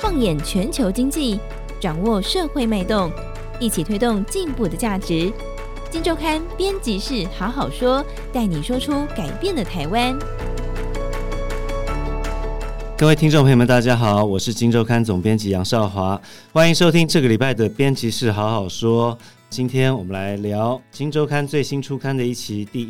放眼全球经济，掌握社会脉动，一起推动进步的价值。今周刊编辑室好好说，带你说出改变的台湾。 各位听众朋友们大家好，我是今周刊总编辑杨少华，欢迎收听这个礼拜的编辑室好好说。今天我们来聊今周刊最新出刊的一期，第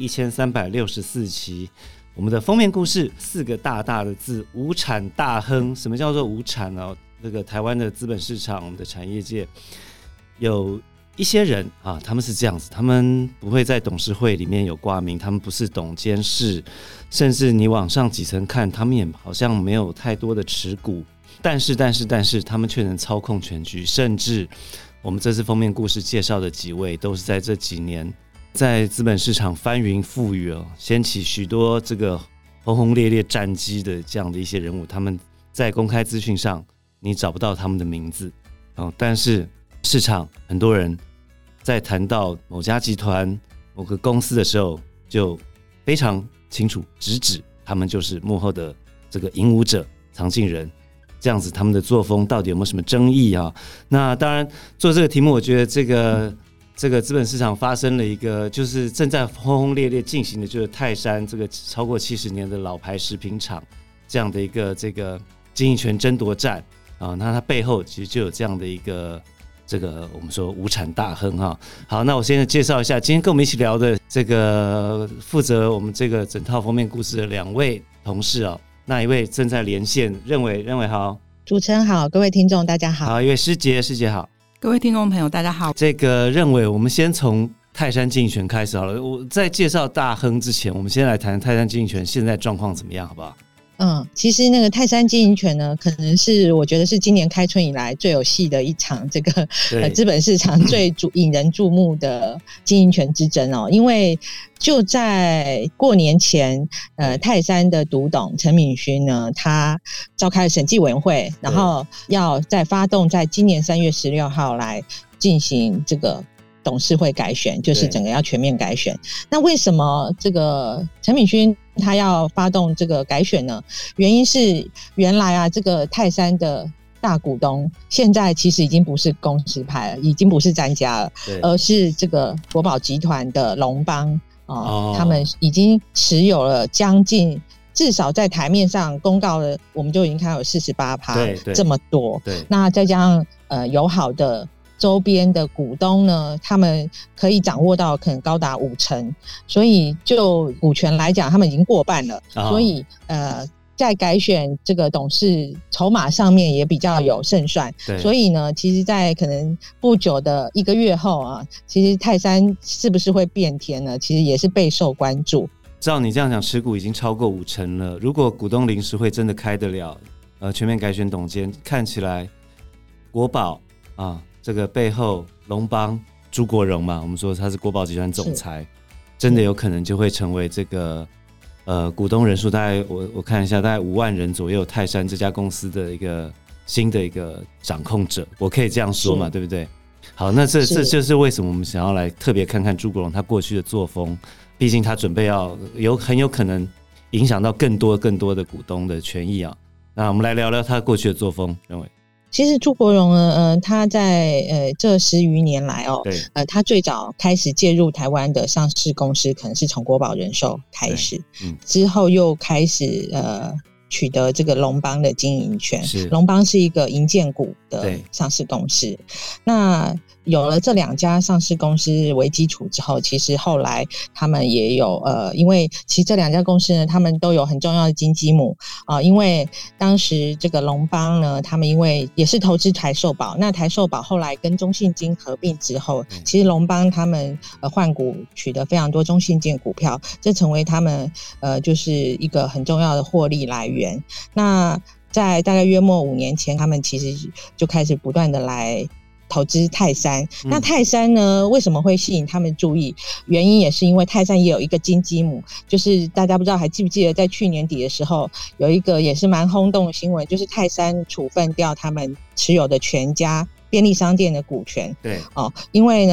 1364期。我们的封面故事4个大大的字：无产大亨。什么叫做无产呢？这个台湾的资本市场，我们的产业界有一些人啊，他们是这样子，他们不会在董事会里面有挂名，他们不是董监事，甚至你往上几层看，他们也好像没有太多的持股，但是他们却能操控全局，甚至我们这次封面故事介绍的几位，都是在这几年在资本市场翻云覆雨掀起许多这个轰轰烈烈战绩的这样的一些人物，他们在公开资讯上你找不到他们的名字，但是市场很多人在谈到某家集团某个公司的时候，就非常清楚直指他们就是幕后的这个引舞者藏镜人，这样子他们的作风到底有没有什么争议啊？那当然做这个题目，我觉得这个资本市场发生了一个就是正在轰轰烈烈进行的，就是泰山这个超过70年的老牌食品厂这样的一个这个经营权争夺战啊，那它背后其实就有这样的一个这个我们说无产大亨哈。好，那我现在介绍一下今天跟我们一起聊的这个负责我们这个整套封面故事的2位同事啊。那一位正在连线，任伟好。 主持人好，各位听众大家好。 好，一位师姐好。 各位听众朋友大家好。 这个任伟，我们先从泰山经营权开始好了。我在介绍大亨之前，我们先来谈泰山经营权现在状况怎么样好不好？ 其实那个泰山经营权呢，可能是我觉得是今年开春以来最有戏的一场这个资本市场最引人注目的经营权之争哦。因为就在过年前，泰山的独董陈敏勋呢，他召开了审计委员会，然后要再发动在今年3月16号来进行这个董事会改选，就是整个要全面改选。那为什么这个陈敏勋他要发动这个改选呢？原因是原来啊，这个泰山的大股东现在其实已经不是公司派了，已经不是詹家了，而是这个国宝集团的龙邦他们已经持有了将近，至少在台面上公告了，我们就已经看到有 48% 这么多。那再加上友好的周边的股东呢，他们可以掌握到可能高达50%，所以就股权来讲他们已经过半了，所以在改选这个董事筹码上面也比较有胜算。所以呢，其实在可能不久的1个月后啊，其实泰山是不是会变天呢，其实也是备受关注。 照你这样讲，持股已经超过50%了，如果股东临时会真的开得了全面改选董监，看起来国宝这个背后龙邦朱国荣嘛，我们说他是国宝集团总裁，真的有可能就会成为这个股东人数大概我看一下，大概5万人左右，泰山这家公司的一个新的一个掌控者，我可以这样说嘛，对不对？好，那这就是为什么我们想要来特别看看朱国荣他过去的作风，毕竟他准备要很有可能影响到更多的股东的权益啊。那我们来聊聊他过去的作风，认为。 其实朱国荣呢，他在这10余年来他最早开始介入台湾的上市公司，可能是从国宝人寿开始，之后又开始取得这个龙邦的经营权。龙邦是一个营建股的上市公司。那有了这2家上市公司为基础之后，其实后来他们也有因为其实这2家公司呢，他们都有很重要的金鸡母因为当时这个龙邦呢，他们因为也是投资台寿保，那台寿保后来跟中信金合并之后，其实龙邦他们换股取得非常多中信金股票，这成为他们就是一个很重要的获利来源。那在大概约莫5年前，他们其实就开始不断的来投资泰山。那泰山呢，为什么会吸引他们注意？原因也是因为泰山也有一个金鸡母，就是大家不知道还记不记得，在去年底的时候，有一个也是蛮轰动的新闻，就是泰山处分掉他们持有的全家便利商店的股权。因为呢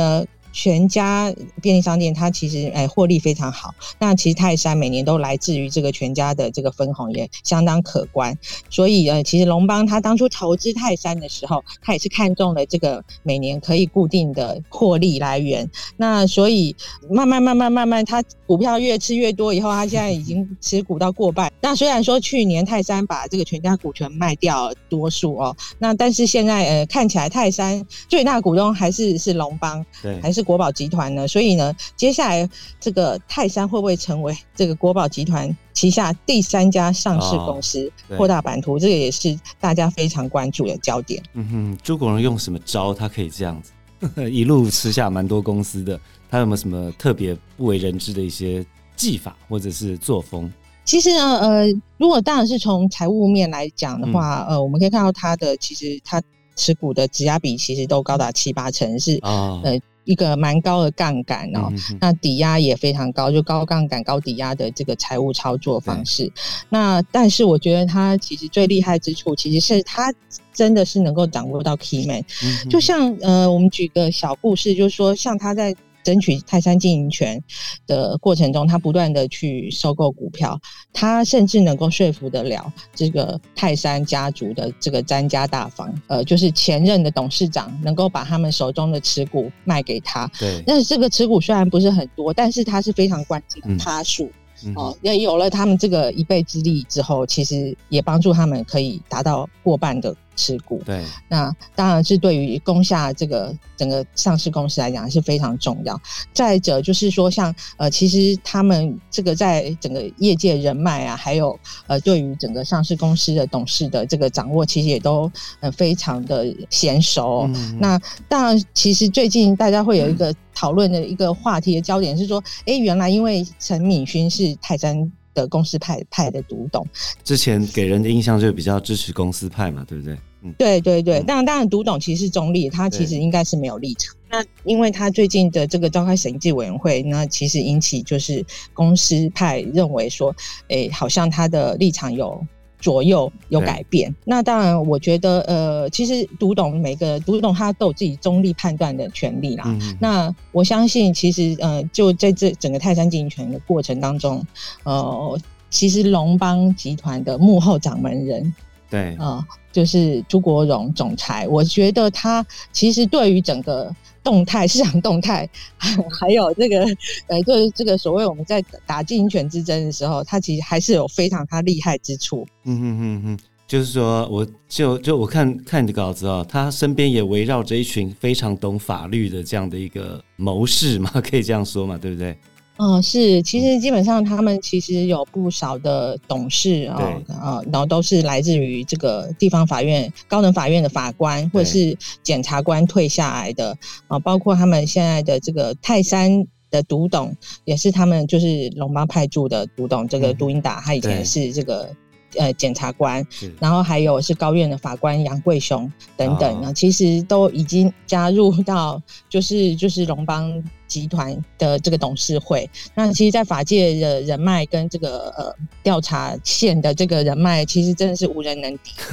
全家便利商店它其实获利非常好，那其实泰山每年都来自于这个全家的这个分红也相当可观，所以其实龙邦他当初投资泰山的时候，他也是看中了这个每年可以固定的获利来源，那所以慢慢他股票越吃越多以后，他现在已经持股到过半。那虽然说去年泰山把这个全家股权卖掉多数那但是现在看起来泰山最大股东还是龙邦，还是国宝集团呢，所以呢接下来这个泰山会不会成为这个国宝集团旗下第3家上市公司，扩大版图，这个也是大家非常关注的焦点。 朱国荣用什么招他可以这样子一路吃下蛮多公司的，他有没有什么特别不为人知的一些技法或者是作风？ 其实呢如果当然是从财务面来讲的话我们可以看到他的其实他持股的质押比其实都高达7-8成，是一个蛮高的杠杆那抵押也非常高，就高杠杆高抵押的这个财务操作方式。那但是我觉得他其实最厉害之处其实是他真的是能够掌握到 key man，就像我们举个小故事，就是说像他在争取泰山经营权的过程中，他不断的去收购股票，他甚至能够说服得了这个泰山家族的这个詹家大房就是前任的董事长能够把他们手中的持股卖给他。对，那这个持股虽然不是很多，但是它是非常关键的趴数也有了他们这个一臂之力之后，其实也帮助他们可以达到过半的持股。对，那当然是对于攻下这个整个上市公司来讲是非常重要。再者就是说像其实他们这个在整个业界人脉还有对于整个上市公司的董事的这个掌握，其实也都非常的娴熟那当然其实最近大家会有一个讨论的一个话题的焦点是说原来因为陈敏勋是泰山的公司派的独董， 之前给人的印象就比较支持公司派嘛，对不对？ 对，当然独董其实是中立，他其实应该是没有立场。那因为他最近的这个召开审计委员会，那其实引起就是公司派认为说好像他的立场有左右有改变。那当然我觉得其实每个独董他都有自己中立判断的权利啦那我相信其实就在这整个泰山经营权的过程当中其实龙邦集团的幕后掌门人对就是朱国荣总裁，我觉得他其实对于整个市场动态还有这个就是这个所谓我们在打经营权之争的时候，他其实还是有非常他厉害之处。 就是说我看你的稿子他身边也围绕着一群非常懂法律的这样的一个谋士嘛，可以这样说嘛，对不对？ 是，其实基本上他们其实有不少的董事然后都是来自于这个地方法院、高等法院的法官或者是检察官退下来的包括他们现在的这个泰山的独董，也是他们就是龙邦派驻的独董，这个杜英达他以前是这个检察官，然后还有是高院的法官杨贵雄等等其实都已经加入到就是龙邦集团的这个董事会。那其实在法界的人脉跟这个调查线的这个人脉其实真的是无人能敌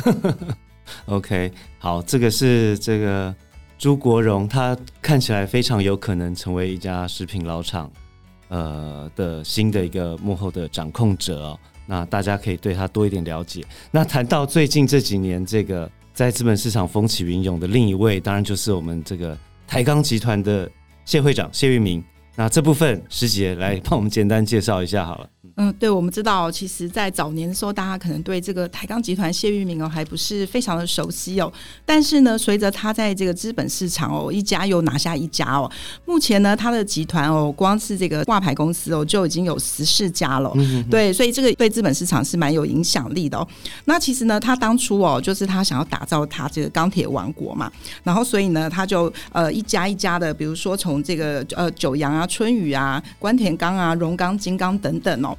OK 好，这个是这个朱国荣，他看起来非常有可能成为一家食品老厂的新的一个幕后的掌控者那大家可以对他多一点了解。那谈到最近这几年这个在资本市场风起云涌的另一位，当然就是我们这个台钢集团的谢会长谢玉明。那这部分师姐来帮我们简单介绍一下好了。 对，我们知道其实在早年的时候大家可能对这个台钢集团谢玉明还不是非常的熟悉但是呢随着他在这个资本市场一家又拿下一家目前呢他的集团光是这个挂牌公司就已经有14家了对，所以这个对资本市场是蛮有影响力的那其实呢他当初就是他想要打造他这个钢铁王国嘛，然后所以呢他就一家一家的，比如说从这个九阳春雨关田钢荣钢金钢等等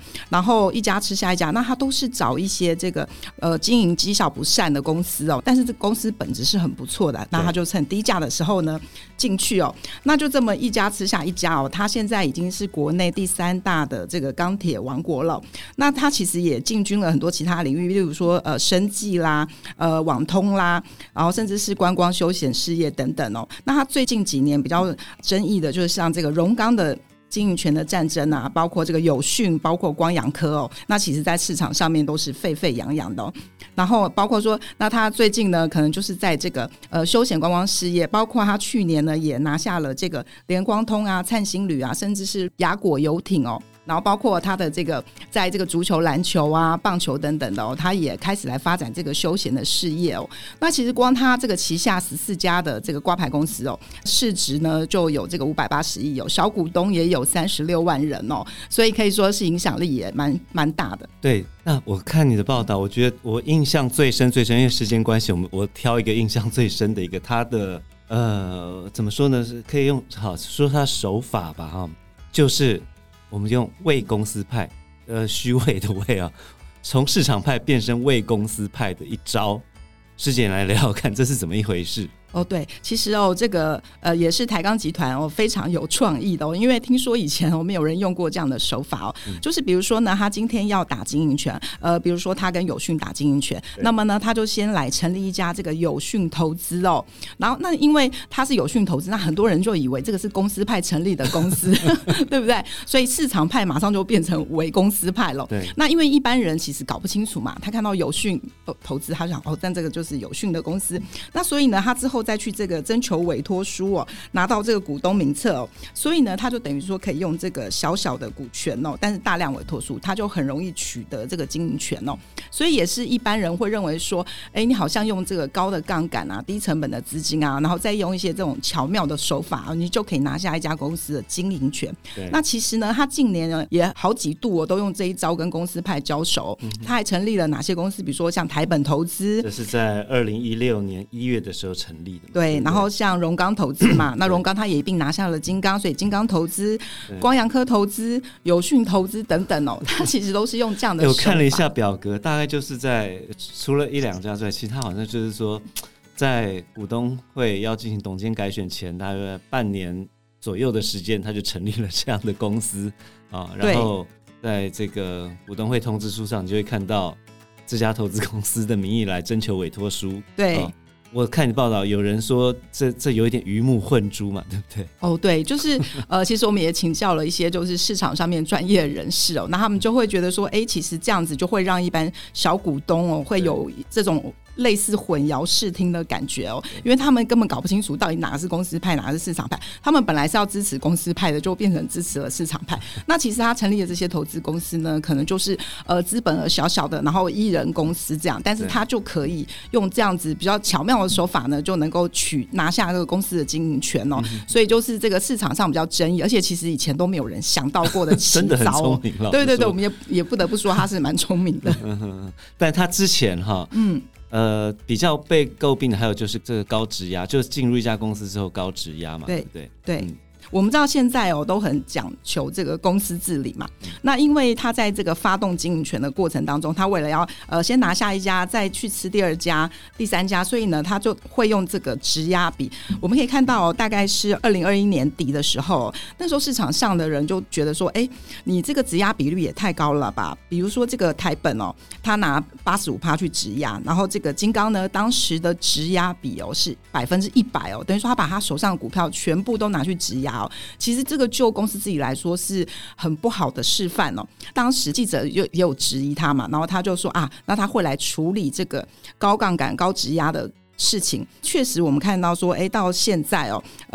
然后一家吃下一家，那他都是找一些这个经营绩效不善的公司但是这公司本质是很不错的，那他就趁低价的时候呢进去那就这么一家吃下一家他现在已经是国内第3大的这个钢铁王国了。那他其实也进军了很多其他领域，例如说生技啦、网通啦，然后甚至是观光休闲事业等等那他最近几年比较争议的就是像这个荣钢的经营权的战争啊，包括这个友讯，包括光洋科那其实在市场上面都是沸沸扬扬的然后包括说，那他最近呢，可能就是在这个休闲观光事业，包括他去年呢也拿下了这个联光通啊、灿星旅啊，甚至是雅果游艇然后包括他的这个在这个足球、篮球啊、棒球等等的他也开始来发展这个休闲的事业那其实光他这个旗下14家的这个挂牌公司市值呢就有这个580亿小股东也有36万人所以可以说是影响力也蛮大的。 对，那我看你的报道，我觉得我印象最深，因为时间关系，我挑一个印象最深的一个，他的怎么说呢？是可以用好说他手法吧就是我们用为公司派虚伪的伪从市场派变成为公司派的一招，师姐来聊聊看这是怎么一回事。 对，其实这个也是台钢集团非常有创意的因为听说以前没有人用过这样的手法就是比如说呢，他今天要打经营权，比如说他跟友讯打经营权，那么呢他就先来成立一家这个友讯投资然后那因为他是友讯投资，那很多人就以为这个是公司派成立的公司对不对？所以市场派马上就变成伪公司派了。 对， 那因为一般人其实搞不清楚嘛，他看到友讯投资，他就想但这个就是友讯的公司，那所以呢他之后再去这个征求委托书拿到这个股东名册所以呢他就等于说可以用这个小小的股权但是大量委托书他就很容易取得这个经营权所以也是一般人会认为说你好像用这个高的杠杆啊、低成本的资金啊，然后再用一些这种巧妙的手法你就可以拿下一家公司的经营权。那其实呢他近年呢也好几度都用这一招跟公司派交手他还成立了哪些公司，比如说像台本投资， 这是在2016年1月的时候成立的对，然后像荣钢投资嘛那荣钢他也一并拿下了金刚，所以金刚投资、光洋科投资、友讯投资等等他其实都是用这样的手法。 我看了一下表格，大概就是在除了1-2家之外，其他好像就是说在股东会要进行董监改选前大约半年左右的时间他就成立了这样的公司然后在这个股东会通知书上你就会看到这家投资公司的名义来征求委托书。 对我看你报道有人说这有一点鱼目混珠嘛，对不对？ 对，就是其实我们也请教了一些就是市场上面专业人士那他们就会觉得说其实这样子就会让一般小股东会有这种类似混淆视听的感觉因为他们根本搞不清楚到底哪个是公司派哪个是市场派，他们本来是要支持公司派的就变成支持了市场派那其实他成立的这些投资公司呢可能就是资本额小小的，然后1人公司这样，但是他就可以用这样子比较巧妙的手法呢就能够拿下这个公司的经营权所以就是这个市场上比较争议，而且其实以前都没有人想到过的奇招真的很聪明对对对，我们也不得不说他是蛮聪明的但他之前比较被诟病的还有就是这个高质押，就是进入一家公司之后高质押嘛，对不对？ 对我们知道现在都很讲求这个公司治理嘛那因为他在这个发动经营权的过程当中，他为了要先拿下一家再去吃第2家第3家，所以呢他就会用这个质押比。我们可以看到大概是2021年底的时候那时候市场上的人就觉得说你这个质押比率也太高了吧，比如说这个台本他拿 85% 去质押，然后这个金刚呢当时的质押比是100%等于说他把他手上的股票全部都拿去质押其实这个就公司自己来说是很不好的示范当时记者也有质疑他嘛，然后他就说那他会来处理这个高杠杆高质押的事情。确实我们看到说到现在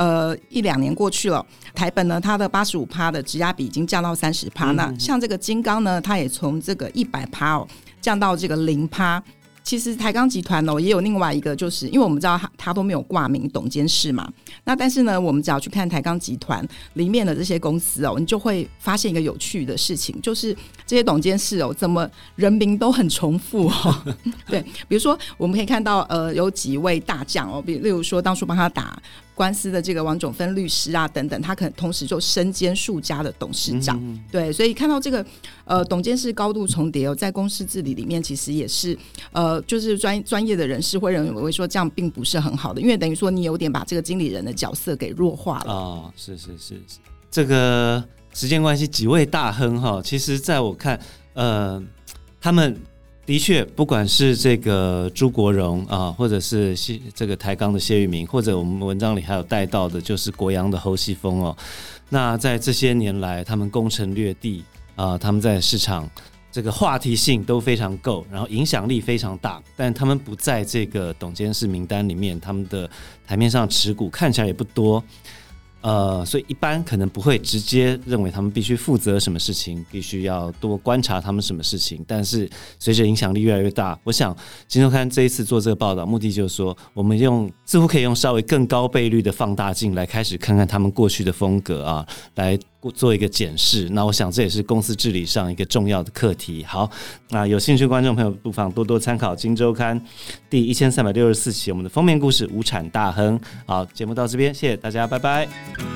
1-2年过去了，台本呢它的 85% 的质押比已经降到 30%那像这个金刚呢它也从这个 100% 降到这个 0%。其实台钢集团也有另外一个，就是因为我们知道他都没有挂名董监事嘛，那但是呢我们只要去看台钢集团里面的这些公司你就会发现一个有趣的事情，就是这些董监事怎么人名都很重复对，比如说我们可以看到有几位大将例如说当初帮他打官司的这个王种芬律师啊等等，他可能同时就身兼数家的董事长。对，所以看到这个董监事高度重叠在公司治理里面其实也是就是专业的人士会认为说这样并不是很好的，因为等于说你有点把这个经理人的角色给弱化了。 是这个时间关系，几位大亨其实在我看他们的确不管是这个朱国荣或者是这个台钢的谢裕民，或者我们文章里还有带到的就是国阳的侯锡丰那在这些年来他们攻城略地他们在市场这个话题性都非常够，然后影响力非常大，但他们不在这个董监事名单里面，他们的台面上持股看起来也不多，所以一般可能不会直接认为他们必须负责什么事情，必须要多观察他们什么事情。但是随着影响力越来越大，我想金周刊这一次做这个报道，目的就是说，我们似乎可以用稍微更高倍率的放大镜来开始看看他们过去的风格来做一个检视。那我想这也是公司治理上一个重要的课题。好，那有兴趣观众朋友不妨多多参考金周刊第1364期我们的封面故事无产大亨。好，节目到这边，谢谢大家，拜拜。